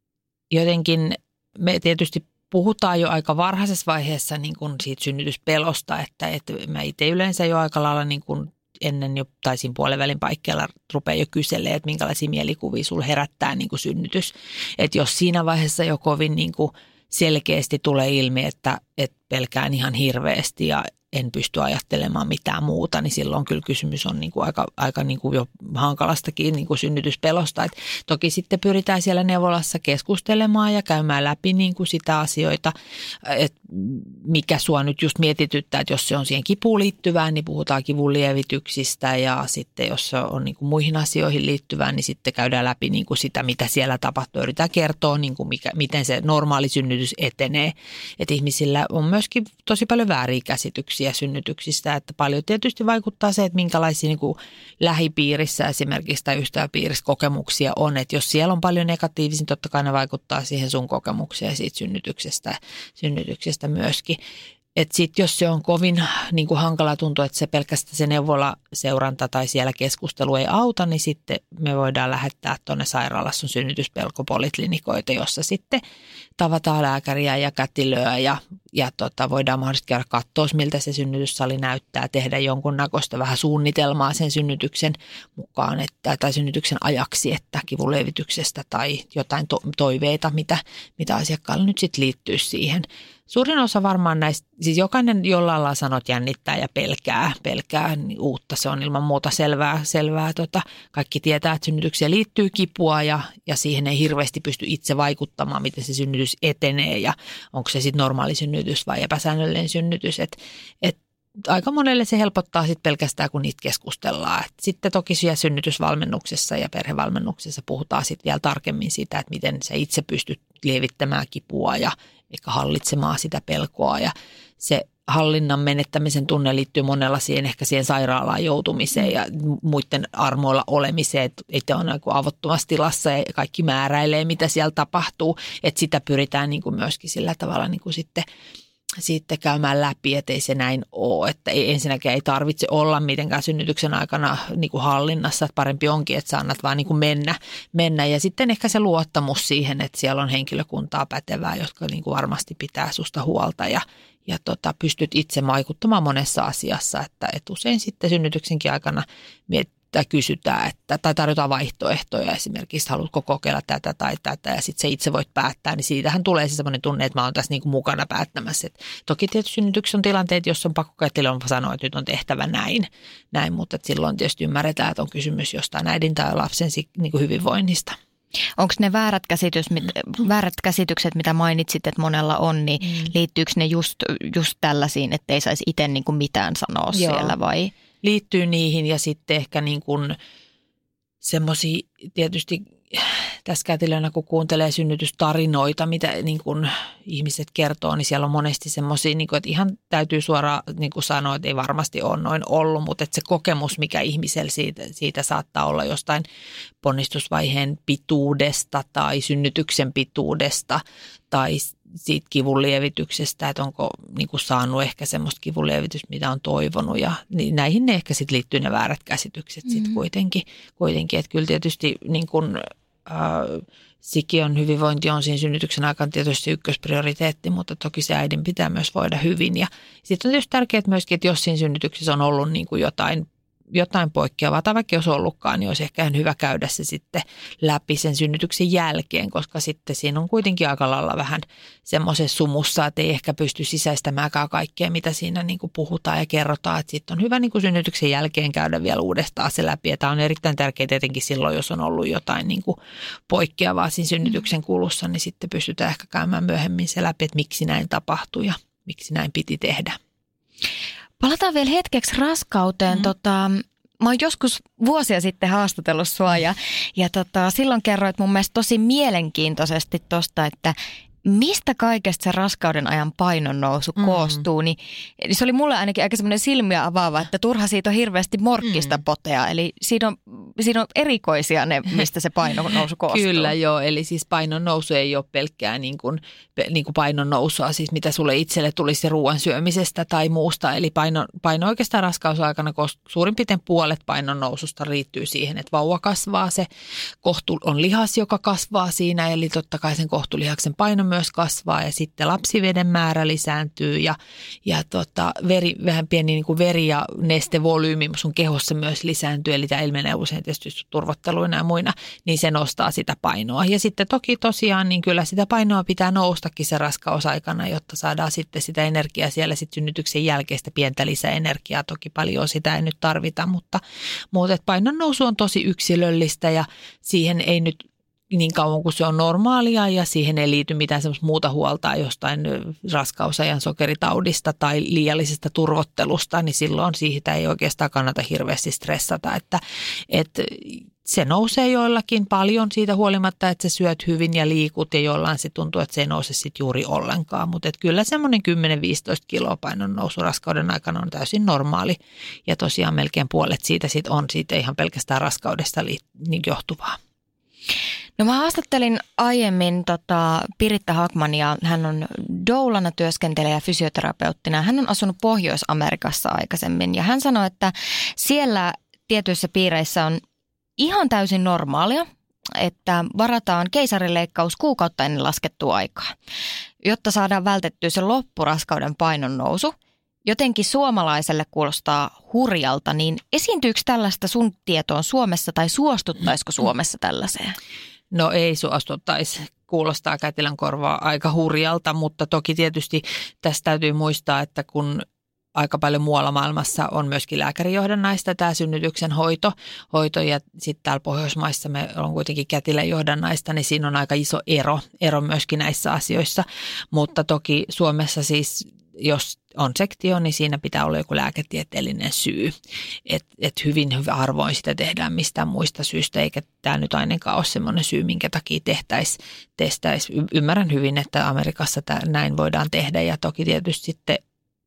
Jotenkin me tietysti puhutaan jo aika varhaisessa vaiheessa niin kuin siitä synnytyspelosta, että, että mä itse yleensä jo aika lailla niin kuin ennen jo taisin puolenvälin paikkeilla rupeaa jo kyselemään, että minkälaisia mielikuvia sulla herättää niin kuin synnytys. Että jos siinä vaiheessa jo kovin niin kuin selkeästi tulee ilmi, että, että pelkään ihan hirveästi ja en pysty ajattelemaan mitään muuta, niin silloin kyllä kysymys on niin kuin aika, aika niin kuin jo hankalastakin niin kuin synnytyspelosta. Et toki sitten pyritään siellä neuvolassa keskustelemaan ja käymään läpi niin kuin sitä asioita, että mikä sua nyt just mietityttää, että jos se on siihen kipuun liittyvää, niin puhutaan kivun lievityksistä ja sitten jos se on niin kuin muihin asioihin liittyvää, niin sitten käydään läpi niin kuin sitä, mitä siellä tapahtuu. Yritetään kertoa, niin kuin mikä, miten se normaali synnytys etenee. Että ihmisillä on myöskin tosi paljon vääriä käsityksiä synnytyksistä, että paljon tietysti vaikuttaa se, että minkälaisia niin kuin lähipiirissä esimerkiksi tai ystäväpiirissä kokemuksia on, että jos siellä on paljon negatiivisia, niin totta kai ne vaikuttaa siihen sun kokemukseen siitä synnytyksestä, synnytyksestä myöskin. Että sitten jos se on kovin niin kuin hankala tuntua, että se pelkästään se neuvola-seuranta tai siellä keskustelu ei auta, niin sitten me voidaan lähettää tuonne sairaalassa synnytyspelkopoliklinikoita, jossa sitten tavataan lääkäriä ja kätilöä ja, ja tota, voidaan mahdollisesti käydä katsoa, miltä se synnytyssali näyttää, tehdä jonkunnäköistä vähän suunnitelmaa sen synnytyksen mukaan että, tai synnytyksen ajaksi, että kivunlievityksestä tai jotain to- toiveita, mitä, mitä asiakkaalla nyt sitten liittyy siihen. Suurin osa varmaan näistä, siis jokainen jollain lailla sanot jännittää ja pelkää, pelkää niin uutta, se on ilman muuta selvää. selvää tota, kaikki tietää, että synnytykseen liittyy kipua ja, ja siihen ei hirveästi pysty itse vaikuttamaan, miten se synnytys etenee ja onko se sitten normaali synnytys vai epäsäännöllinen synnytys. Et, et aika monelle se helpottaa sitten pelkästään, kun niitä keskustellaan. Et sitten toki siellä synnytysvalmennuksessa ja perhevalmennuksessa puhutaan sitten vielä tarkemmin siitä, että miten sä itse pystyt lievittämään kipua ja eikä hallitsemaan sitä pelkoa ja se hallinnan menettämisen tunne liittyy monella siihen ehkä siihen sairaalaan joutumiseen ja muiden armoilla olemiseen, että että on niin avottomassa tilassa ja kaikki määräilee, mitä siellä tapahtuu, että sitä pyritään niin kuin myöskin sillä tavalla niin kuin sitten sitten käymään läpi, ettei se näin ole, että ei, ensinnäkään ei tarvitse olla mitenkään synnytyksen aikana niin kuin hallinnassa, että parempi onkin, että sä annat vaan niin kuin mennä, mennä ja sitten ehkä se luottamus siihen, että siellä on henkilökuntaa pätevää, jotka niin kuin varmasti pitää susta huolta ja, ja tota, pystyt itse vaikuttamaan monessa asiassa, että et usein sitten synnytyksenkin aikana miet, tai kysytään, että, tai tarjotaan vaihtoehtoja esimerkiksi, haluatko kokeilla tätä tai tätä ja sitten sä itse voit päättää, niin siitähän tulee se semmoinen tunne, että mä oon tässä niin kuin mukana päättämässä. Et toki tietysti synnytyksessä on tilanteet, jos on pakko on sanoa, että nyt on tehtävä näin, näin mutta silloin tietysti ymmärretään, että on kysymys jostain äidin tai lapsen niin kuin hyvinvoinnista. Onko ne väärät, käsitys, väärät käsitykset, mitä mainitsit, että monella on, niin mm. liittyykö ne just, just tällaisiin, että ei saisi itse niin kuin mitään sanoa Joo. siellä vai? Liittyy niihin ja sitten ehkä niin kuin semmoisia tietysti tässä kätilönä, kun kuuntelee synnytystarinoita, mitä niin kuin ihmiset kertoo, niin siellä on monesti semmoisia, niin että ihan täytyy suoraan niin kuin sanoa, että ei varmasti ole noin ollut, mutta että se kokemus, mikä ihmisellä siitä, siitä saattaa olla jostain ponnistusvaiheen pituudesta tai synnytyksen pituudesta tai siitä kivunlievityksestä, että onko niin kuin saanut ehkä semmoista kivunlievitystä, mitä on toivonut ja niin näihin ne ehkä sitten liittyy ne väärät käsitykset sitten mm-hmm. kuitenkin, kuitenkin, että kyllä tietysti niin kuin äh, sikiön hyvinvointi on siinä synnytyksen aikana tietysti ykkösprioriteetti, mutta toki se äidin pitää myös voida hyvin ja sitten on tietysti tärkeää myöskin, että jos siinä synnytyksessä on ollut niin kuin jotain jotain poikkeavaa, tai vaikka jos ollutkaan, niin olisi ehkä hyvä käydä se sitten läpi sen synnytyksen jälkeen, koska sitten siinä on kuitenkin aika lailla vähän semmoisessa sumussa, että ei ehkä pysty sisäistämäänkään kaikkea, mitä siinä niin kuin puhutaan ja kerrotaan, että sitten on hyvä niin kuin synnytyksen jälkeen käydä vielä uudestaan se läpi, ja tämä on erittäin tärkeää tietenkin silloin, jos on ollut jotain niin kuin poikkeavaa siinä synnytyksen kulussa, niin sitten pystytään ehkä käymään myöhemmin se läpi, että miksi näin tapahtui ja miksi näin piti tehdä. Palataan vielä hetkeksi raskauteen. Mm. Tota, mä oon joskus vuosia sitten haastatellut sua ja, ja tota, silloin kerroit mun mielestä tosi mielenkiintoisesti tosta, että mistä kaikesta se raskauden ajan painonnousu mm. koostuu. Niin, eli se oli mulle ainakin aika semmoinen silmiä avaava, että turha siitä on hirveästi morkkista mm. potea. Eli siinä on, siinä on erikoisia ne, mistä se painonnousu koostuu. Kyllä joo, eli siis painonnousu ei ole pelkkää niin kuin, niin kuin painonnousua, siis mitä sulle itselle tulisi ruoan syömisestä tai muusta. Eli paino, paino oikeastaan raskausaikana, koska suurin piirtein puolet painonnoususta riittyy siihen, että vauva kasvaa. Se kohtu on lihas, joka kasvaa siinä, eli totta kai sen kohtulihaksen paino myös kasvaa ja sitten lapsiveden määrä lisääntyy ja, ja tota, veri, vähän pieni niin kuin veri- ja nestevolyymi sun kehossa myös lisääntyy, eli tämä ilmenee usein tietysti turvotteluina ja muina, niin se nostaa sitä painoa. Ja sitten toki tosiaan, niin kyllä sitä painoa pitää noustakin se raskausaikana, jotta saadaan sitten sitä energiaa siellä sitten synnytyksen jälkeistä pientä lisäenergiaa. Toki paljon sitä ei nyt tarvita, mutta, mutta painon nousu on tosi yksilöllistä ja siihen ei nyt niin kauan kuin se on normaalia ja siihen ei liity mitään semmoista muuta huolta jostain raskausajan sokeritaudista tai liiallisesta turvottelusta, niin silloin siitä ei oikeastaan kannata hirveästi stressata, että, että se nousee joillakin paljon siitä huolimatta, että sä syöt hyvin ja liikut ja jollain se tuntuu, että se ei nouse sitten juuri ollenkaan, mutta että kyllä semmoinen kymmenen viisitoista kiloa painon nousu raskauden aikana on täysin normaali ja tosiaan melkein puolet siitä sit on siitä ihan pelkästään raskaudesta johtuvaa. No mä haastattelin aiemmin tota Piritta Hagmania, hän on doulana työskentelejä fysioterapeuttina. Hän on asunut Pohjois-Amerikassa aikaisemmin ja hän sanoi, että siellä tietyissä piireissä on ihan täysin normaalia, että varataan keisarileikkaus kuukautta ennen laskettua aikaa, jotta saadaan vältettyä se loppuraskauden painon nousu. Jotenkin suomalaiselle kuulostaa hurjalta, niin esiintyykö tällaista sun tietoon Suomessa tai suostuttaisiko Suomessa tällaiseen? No ei suostuttaisi. Kuulostaa kätilön korvaa aika hurjalta, mutta toki tietysti tässä täytyy muistaa, että kun aika paljon muualla maailmassa on myöskin lääkärijohdannaista tämä synnytyksen hoito, hoito ja sitten täällä Pohjoismaissa me on kuitenkin kätilön johdannaista, niin siinä on aika iso ero, ero myöskin näissä asioissa, mutta toki Suomessa siis jos on sektio, niin siinä pitää olla joku lääketieteellinen syy. Et, et hyvin, hyvin harvoin sitä tehdään mistään muista syystä, eikä tämä nyt ainakaan ole semmoinen syy, minkä takia tehtäisiin. Tehtäis. Ymmärrän hyvin, että Amerikassa tää, näin voidaan tehdä ja toki tietysti sitten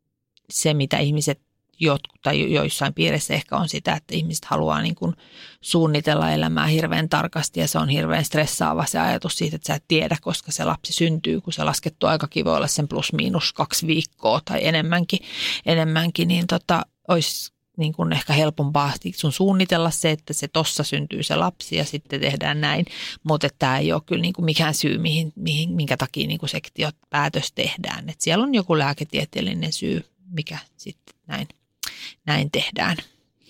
se, mitä ihmiset jotkut, tai joissain piirissä ehkä on sitä, että ihmiset haluaa niin kuin suunnitella elämää hirveän tarkasti ja se on hirveän stressaava se ajatus siitä, että sä et tiedä, koska se lapsi syntyy, kun se laskettu aikakin voi olla sen plus miinus kaksi viikkoa tai enemmänkin, enemmänkin niin tota, olisi niin kuin ehkä helpompaa sun suunnitella se, että se tossa syntyy se lapsi ja sitten tehdään näin, mutta tämä ei ole kyllä niin kuin mikään syy, mihin, mihin, minkä takia niin kuin sektiopäätös tehdään, että siellä on joku lääketieteellinen syy, mikä sitten näin. Näin tehdään.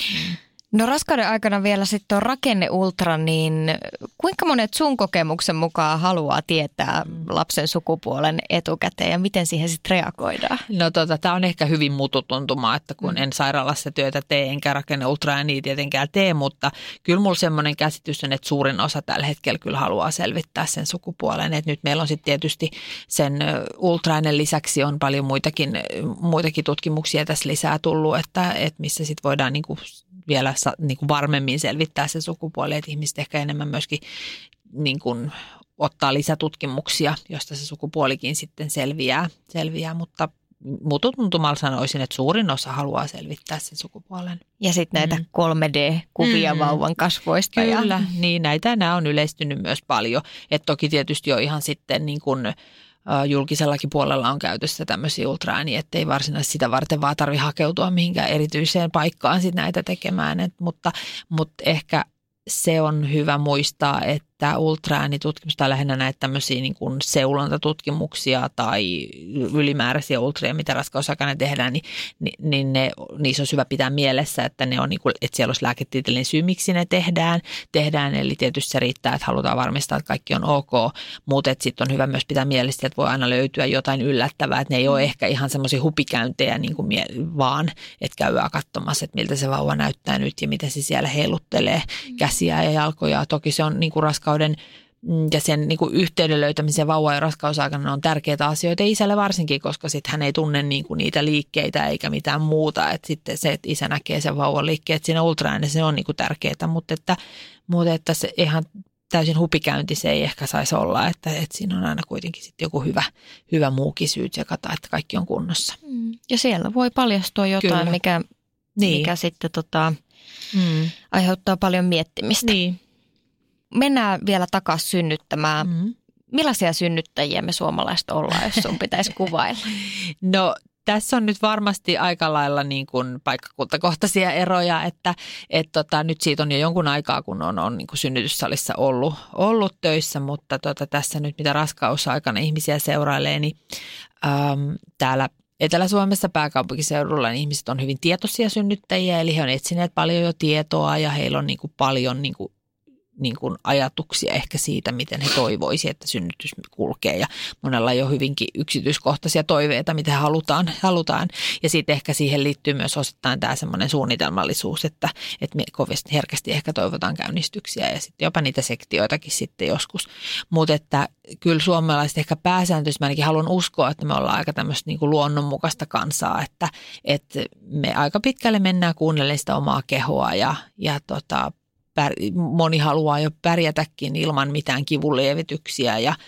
No raskauden aikana vielä sitten on rakenneultra, niin kuinka monet sun kokemuksen mukaan haluaa tietää lapsen sukupuolen etukäteen ja miten siihen sitten reagoidaan? No tota, tämä on ehkä hyvin mututuntuma, että kun mm. en sairaalassa työtä tee enkä rakenneultraa ja niin tietenkään tee, mutta kyllä mulla semmoinen käsitys on, että suurin osa tällä hetkellä kyllä haluaa selvittää sen sukupuolen. Et nyt meillä on sitten tietysti sen ultrainen lisäksi on paljon muitakin, muitakin tutkimuksia tässä lisää tullut, että, että missä sitten voidaan niinku vielä niin kuin varmemmin selvittää se sukupuoli, että ihmiset ehkä enemmän myöskin niin kuin ottaa lisätutkimuksia, josta se sukupuolikin sitten selviää, selviää mutta mututuntumalla sanoisin, että suurin osa haluaa selvittää sen sukupuolen. Ja sitten näitä mm. kolme D-kuvia mm. vauvan kasvoista. Kyllä, ja... niin näitä nämä on yleistynyt myös paljon. Et toki tietysti jo ihan sitten niin kuin julkisellakin puolella on käytössä tämmöisiä ultraääniä, ettei varsinaisesti sitä varten vaan tarvitse hakeutua mihinkään erityiseen paikkaan sit näitä tekemään. Et, mutta, mutta ehkä se on hyvä muistaa, että ultraäänitutkimus tai lähinnä näitä tämmöisiä niin kuin seulontatutkimuksia tai ylimääräisiä ultria, mitä raskausaikana tehdään, niin, niin ne, niissä on hyvä pitää mielessä, että, ne on niin kuin, että siellä olisi lääketieteellinen syy, miksi ne tehdään. tehdään. Eli tietysti se riittää, että halutaan varmistaa, että kaikki on ok, mutta sitten on hyvä myös pitää mielessä, että voi aina löytyä jotain yllättävää, että ne ei ole ehkä ihan semmoisia hupikäyntejä niin kuin vaan, että käydään katsomassa, että miltä se vauva näyttää nyt ja miten se siellä heiluttelee käsiä ja jalkoja. Toki se on niin kuin raskauden ja sen niin kuin yhteyden löytämisen vauva- ja raskausaikana on tärkeitä asioita isälle varsinkin, koska sitten hän ei tunne niin kuin niitä liikkeitä eikä mitään muuta. Et sitten se, että isä näkee sen vauvan liikkeet siinä ultraäänessä, se on niin kuin tärkeää, mutta että, mutta että se ihan täysin hupikäynti se ei ehkä saisi olla, että, että siinä on aina kuitenkin sitten joku hyvä, hyvä muukin syy tsekata, että kaikki on kunnossa. Ja siellä voi paljastua jotain, mikä, niin. mikä sitten tota, mm. aiheuttaa paljon miettimistä. Niin. Mennään vielä takaisin synnyttämään. Mm. Millaisia synnyttäjiä me suomalaiset ollaan, jos sun pitäisi kuvailla? No tässä on nyt varmasti aika lailla niin kuin paikkakuntakohtaisia eroja, että et tota, nyt siitä on jo jonkun aikaa, kun on, on niin kuin synnytyssalissa ollut, ollut töissä, mutta tota, tässä nyt mitä raskausaikana ihmisiä seurailee, niin äm, täällä Etelä-Suomessa pääkaupunkiseudulla niin ihmiset on hyvin tietoisia synnyttäjiä, eli he on etsineet paljon jo tietoa ja heillä on niin kuin paljon niin kuin niin kuin ajatuksia ehkä siitä, miten he toivoisivat, että synnytys kulkee. Ja monella on jo hyvinkin yksityiskohtaisia toiveita, mitä he halutaan. halutaan. Ja sitten ehkä siihen liittyy myös osittain tämä semmoinen suunnitelmallisuus, että, että me kovasti herkästi ehkä toivotaan käynnistyksiä ja sitten jopa niitä sektioitakin sitten joskus. Mutta että kyllä suomalaiset ehkä pääsääntöisesti, mä ainakin haluan uskoa, että me ollaan aika tämmöistä niin kuin luonnonmukaista kansaa, että, että me aika pitkälle mennään kuunnellen sitä omaa kehoa ja, ja tota, moni haluaa jo pärjätäkin ilman mitään kivunlievityksiä ja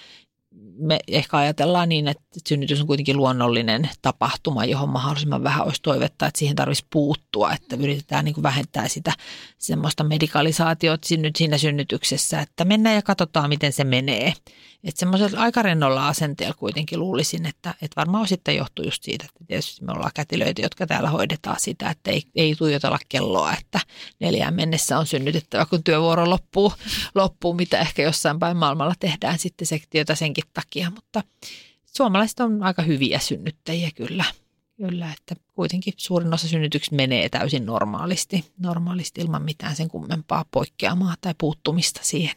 me ehkä ajatellaan niin, että synnytys on kuitenkin luonnollinen tapahtuma, johon mahdollisimman vähän olisi toivetta, että siihen tarvitsisi puuttua, että yritetään niin kuin vähentää sitä semmoista medikalisaatiota siinä synnytyksessä, että mennään ja katsotaan, miten se menee. Että semmoisella aika rennolla asenteella kuitenkin luulisin, että, että varmaan osittain johtuu just siitä, että tietysti me ollaan kätilöitä, jotka täällä hoidetaan sitä, että ei, ei tuijotella kelloa, että neljään mennessä on synnytettävä, kun työvuoro loppuu, loppuu, mitä ehkä jossain päin maailmalla tehdään sitten sektiota senkin takia, mutta suomalaiset on aika hyviä synnyttäjiä kyllä, kyllä, että kuitenkin suurin osa synnytyksistä menee täysin normaalisti, normaalisti ilman mitään sen kummempaa poikkeamaa tai puuttumista siihen.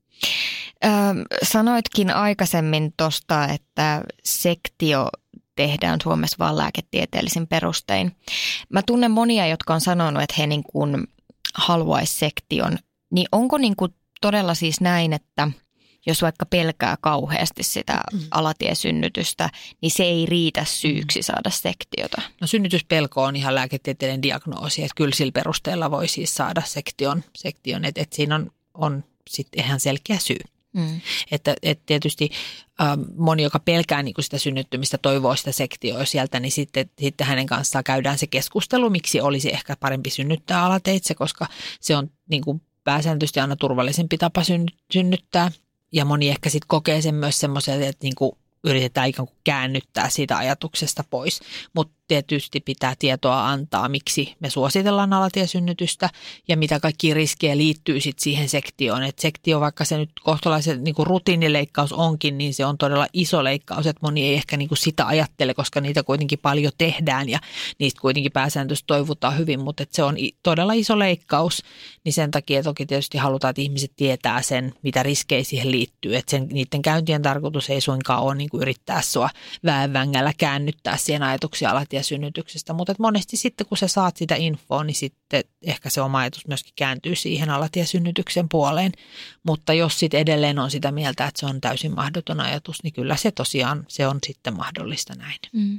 Ö, sanoitkin aikaisemmin tuosta, että sektio tehdään Suomessa vain lääketieteellisin perustein. Mä tunnen monia, jotka on sanonut, että he niin kuin haluaisi sektion. Niin onko niin kuin todella siis näin, että jos vaikka pelkää kauheasti sitä mm. alatiesynnytystä, niin se ei riitä syyksi saada sektiota? No synnytyspelko on ihan lääketieteellinen diagnoosi, että kyllä sillä perusteella voi siis saada sektion, sektion että, että siinä on, on sitten ihan selkeä syy. Mm. Että, että tietysti ähm, moni, joka pelkää niin kuin sitä synnyttymistä, toivoo sitä sektioa sieltä, niin sitten, sitten hänen kanssaan käydään se keskustelu, miksi olisi ehkä parempi synnyttää alateitse, koska se on niin kuin pääsääntöisesti aina turvallisempi tapa synnyttää. Ja moni ehkä sitten kokee sen myös semmoisen, että niin kuin yritetään ikään kuin käännyttää siitä ajatuksesta pois. Mutta tietysti pitää tietoa antaa, miksi me suositellaan alatiesynnytystä ja mitä kaikki riskejä liittyy sitten siihen sektioon. Et sektio, vaikka se nyt kohtalaisen niin kuin rutiinileikkaus onkin, niin se on todella iso leikkaus, että moni ei ehkä niin kuin sitä ajattele, koska niitä kuitenkin paljon tehdään ja niistä kuitenkin pääsääntöisesti toivotaan hyvin, mutta et se on todella iso leikkaus, niin sen takia toki tietysti halutaan, että ihmiset tietää sen, mitä riskejä siihen liittyy. Että sen, niiden käyntien tarkoitus ei suinkaan ole niin kuin yrittää sua väenvängällä käännyttää siihen ajatuksia alatiesynnytyksestä, mutta monesti sitten kun sä saat sitä infoa, niin sitten ehkä se oma ajatus myöskin kääntyy siihen alatiesynnytyksen puoleen, mutta jos sitten edelleen on sitä mieltä, että se on täysin mahdoton ajatus, niin kyllä se tosiaan, se on sitten mahdollista näin. Mm.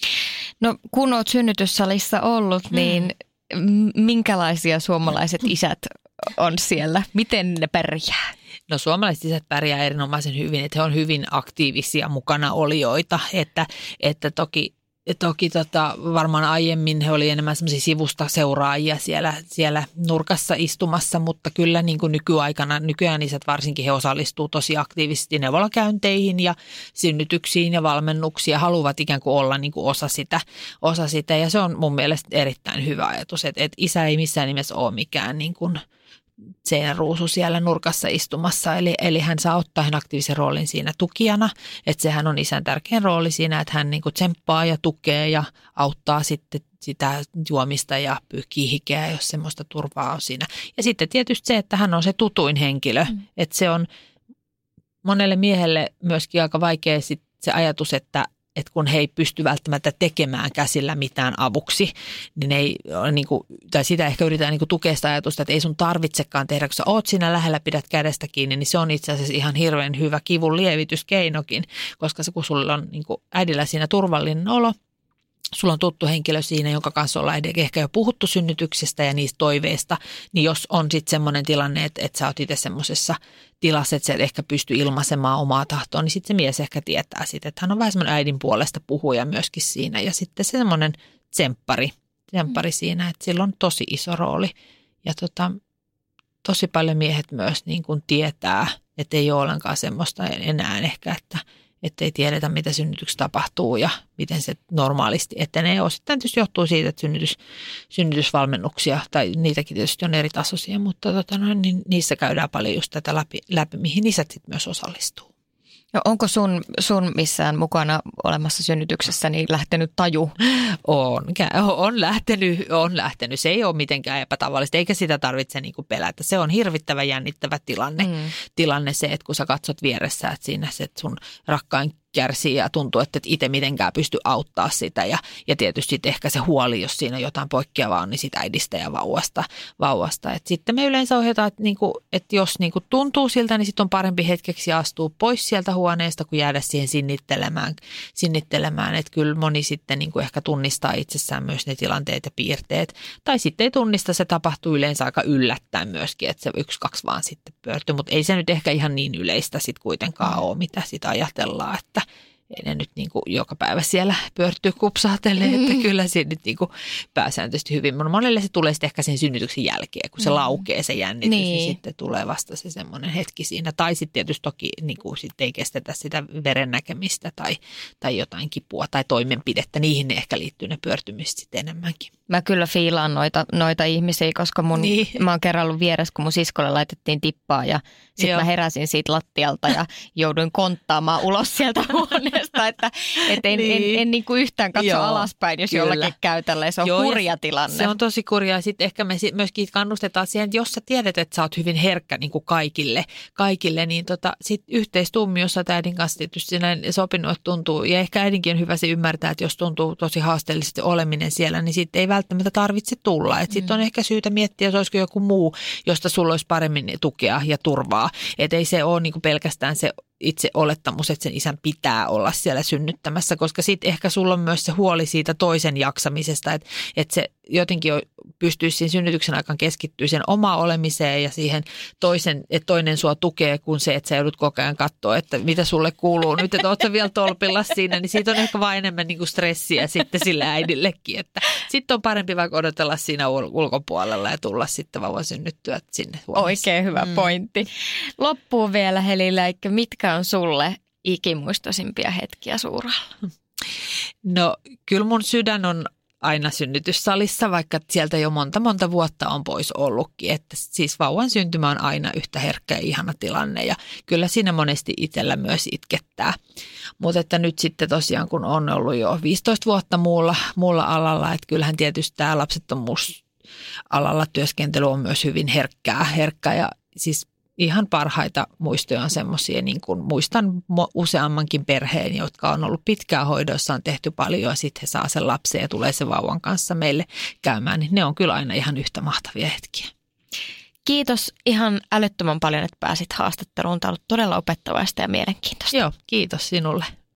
No kun olet synnytyssalissa ollut, niin mm. minkälaisia suomalaiset isät on siellä? Miten ne pärjää? No suomalaiset isät pärjää erinomaisen hyvin, että he on hyvin aktiivisia mukana olijoita, että, että toki, toki tota, varmaan aiemmin he olivat enemmän semmoisia sivusta seuraajia siellä, siellä nurkassa istumassa, mutta kyllä niin kuin nykyaikana, nykyään isät varsinkin he osallistuu tosi aktiivisesti neuvolakäynteihin ja synnytyksiin ja valmennuksiin ja haluavat ikään kuin olla niin kuin osa sitä, osa sitä ja se on mun mielestä erittäin hyvä ajatus, että, että isä ei missään nimessä ole mikään niin kuin seinäruusu siellä nurkassa istumassa, eli, eli hän saa ottaa hän aktiivisen roolin siinä tukijana, että sehän on isän tärkein rooli siinä, että hän niin kuin tsemppaa ja tukee ja auttaa sitten sitä juomista ja pyyhkii hikeä, jos semmoista turvaa on siinä. Ja sitten tietysti se, että hän on se tutuin henkilö, mm. että se on monelle miehelle myöskin aika vaikea sit se ajatus, että että kun he ei pysty välttämättä tekemään käsillä mitään avuksi, niin ei, niin kuin, tai sitä ehkä yritetään niin kuin tukea sitä ajatusta, että ei sun tarvitsekaan tehdä, kun sä oot siinä lähellä, pidät kädestä kiinni, niin se on itse asiassa ihan hirveän hyvä kivun lievityskeinokin, koska se, kun sulla on niin kuin äidillä siinä turvallinen olo, sulla on tuttu henkilö siinä, jonka kanssa ollaan ehkä jo puhuttu synnytyksestä ja niistä toiveista, niin jos on sitten semmoinen tilanne, että, että sä oot itse semmoisessa tilassa, että sä et ehkä pysty ilmaisemaan omaa tahtoa, niin sitten se mies ehkä tietää sitten, että hän on vähän semmoinen äidin puolesta puhuja myöskin siinä. Ja sitten se semmoinen tsemppari, tsemppari mm. siinä, että sillä on tosi iso rooli. Ja tota, tosi paljon miehet myös niin kuin tietää, että ei ole ollenkaan semmoista enää ehkä, että että ei tiedetä, mitä synnytyksessä tapahtuu ja miten se normaalisti etenee. Osittain tietysti johtuu siitä, että synnytys, synnytysvalmennuksia, tai niitäkin tietysti on eri tasoisia, mutta tota, no, niin niissä käydään paljon just tätä läpi, läpi mihin isät sit myös osallistuu. No onko sun, sun missään mukana olemassa synnytyksessä niin lähtenyt taju? On, on, lähtenyt, on lähtenyt. Se ei ole mitenkään epätavallista, eikä sitä tarvitse niin kuin pelätä. Se on hirvittävän jännittävä tilanne, mm. tilanne se, että kun sä katsot vieressä, että siinä se että sun rakkain kärsii ja tuntuu, että et itse mitenkään pysty auttaa sitä. Ja, ja tietysti ehkä se huoli, jos siinä jotain poikkeavaa on, niin sitä äidistä ja vauvasta. vauvasta. Et sitten me yleensä ohjataan, että, niinku, että jos niinku tuntuu siltä, niin sitten on parempi hetkeksi astua pois sieltä huoneesta, kuin jäädä siihen sinnittelemään. sinnittelemään. Että kyllä moni sitten niinku ehkä tunnistaa itsessään myös ne tilanteet ja piirteet. Tai sitten ei tunnista, se tapahtuu yleensä aika yllättäen myöskin, että se yksi, kaksi vaan sitten pyörtyy. Mutta ei se nyt ehkä ihan niin yleistä sitten kuitenkaan ole, mitä sitä ajatellaan, että ei ne nyt niin kuin joka päivä siellä pyörtyy kupsaatellen, että kyllä se nyt niin kuin pääsääntöisesti hyvin. Monelle se tulee sitten ehkä sen synnytyksen jälkeen, kun se mm. laukee se jännitys, niin. niin sitten tulee vasta se semmoinen hetki siinä. Tai sitten tietysti toki niin kuin sitten ei kestetä sitä veren näkemistä tai, tai jotain kipua tai toimenpidettä. Niihin ne ehkä liittyy ne pyörtymiset sitten enemmänkin. Mä kyllä fiilaan noita, noita ihmisiä, koska mun, niin. mä oon kerran ollut vieressä, kun mun siskolle laitettiin tippaa ja sitten mä heräsin siitä lattialta ja jouduin konttaamaan ulos sieltä huoneesta, että et en, niin. en, en, en niin kuin yhtään katso Joo, alaspäin, jos kyllä. jollakin käy tälleen. Se on Joo, kurja tilanne. Se on tosi kurja. Sitten ehkä me myöskin kannustetaan siihen, että jos sä tiedät, että sä oot hyvin herkkä niin kuin kaikille, kaikille, niin tota, sitten yhteistummi, jos sä oot äidin kanssa tietysti näin sopinut, että tuntuu, ja ehkä äidinkin on hyvä se ymmärtää, että jos tuntuu tosi haasteellisesti oleminen siellä, niin sitten ei välttämättä tarvitse tulla. Sitten mm. on ehkä syytä miettiä, jos olisiko joku muu, josta sulla olisi paremmin tukea ja turvaa. Että ei se ole niinku pelkästään se itse olettamus, että sen isän pitää olla siellä synnyttämässä, koska sitten ehkä sulla on myös se huoli siitä toisen jaksamisesta, että, että se jotenkin pystyisi siinä synnytyksen aikaan keskittyä sen omaan olemiseen ja siihen toisen, että toinen sua tukee, kun se, että sä joudut koko ajan katsoa, että mitä sulle kuuluu nyt, että oot sä vielä tolpilla siinä, niin siitä on ehkä vaan enemmän niin kuin stressiä sitten sille äidillekin, että sitten on parempi vaikka odotella siinä ulkopuolella ja tulla sitten vauvan synnyttyä sinne huoneeseen. Oikein hyvä mm. pointti. Loppuun vielä Heli Läikkä, mitkä on sulle ikimuistoisimpia hetkiä Suurhalla? No kyllä mun sydän on aina synnytyssalissa, vaikka sieltä jo monta monta vuotta on pois ollutkin. Että siis vauvan syntymä on aina yhtä herkkä ja ihana tilanne ja kyllä siinä monesti itsellä myös itkettää. Mutta että nyt sitten tosiaan kun on ollut jo viisitoista vuotta muulla, muulla alalla, että kyllähän tietysti tämä lapsettomuusalalla työskentely on myös hyvin herkkää, herkkää ja siis ihan parhaita muistoja on semmoisia, niin kuin muistan useammankin perheen, jotka on ollut pitkään hoidossa, on tehty paljon ja sitten he saa sen lapsen ja tulee se vauvan kanssa meille käymään, niin ne on kyllä aina ihan yhtä mahtavia hetkiä. Kiitos ihan älyttömän paljon, että pääsit haastatteluun. Tämä on ollut todella opettavaista ja mielenkiintoista. Joo, kiitos sinulle.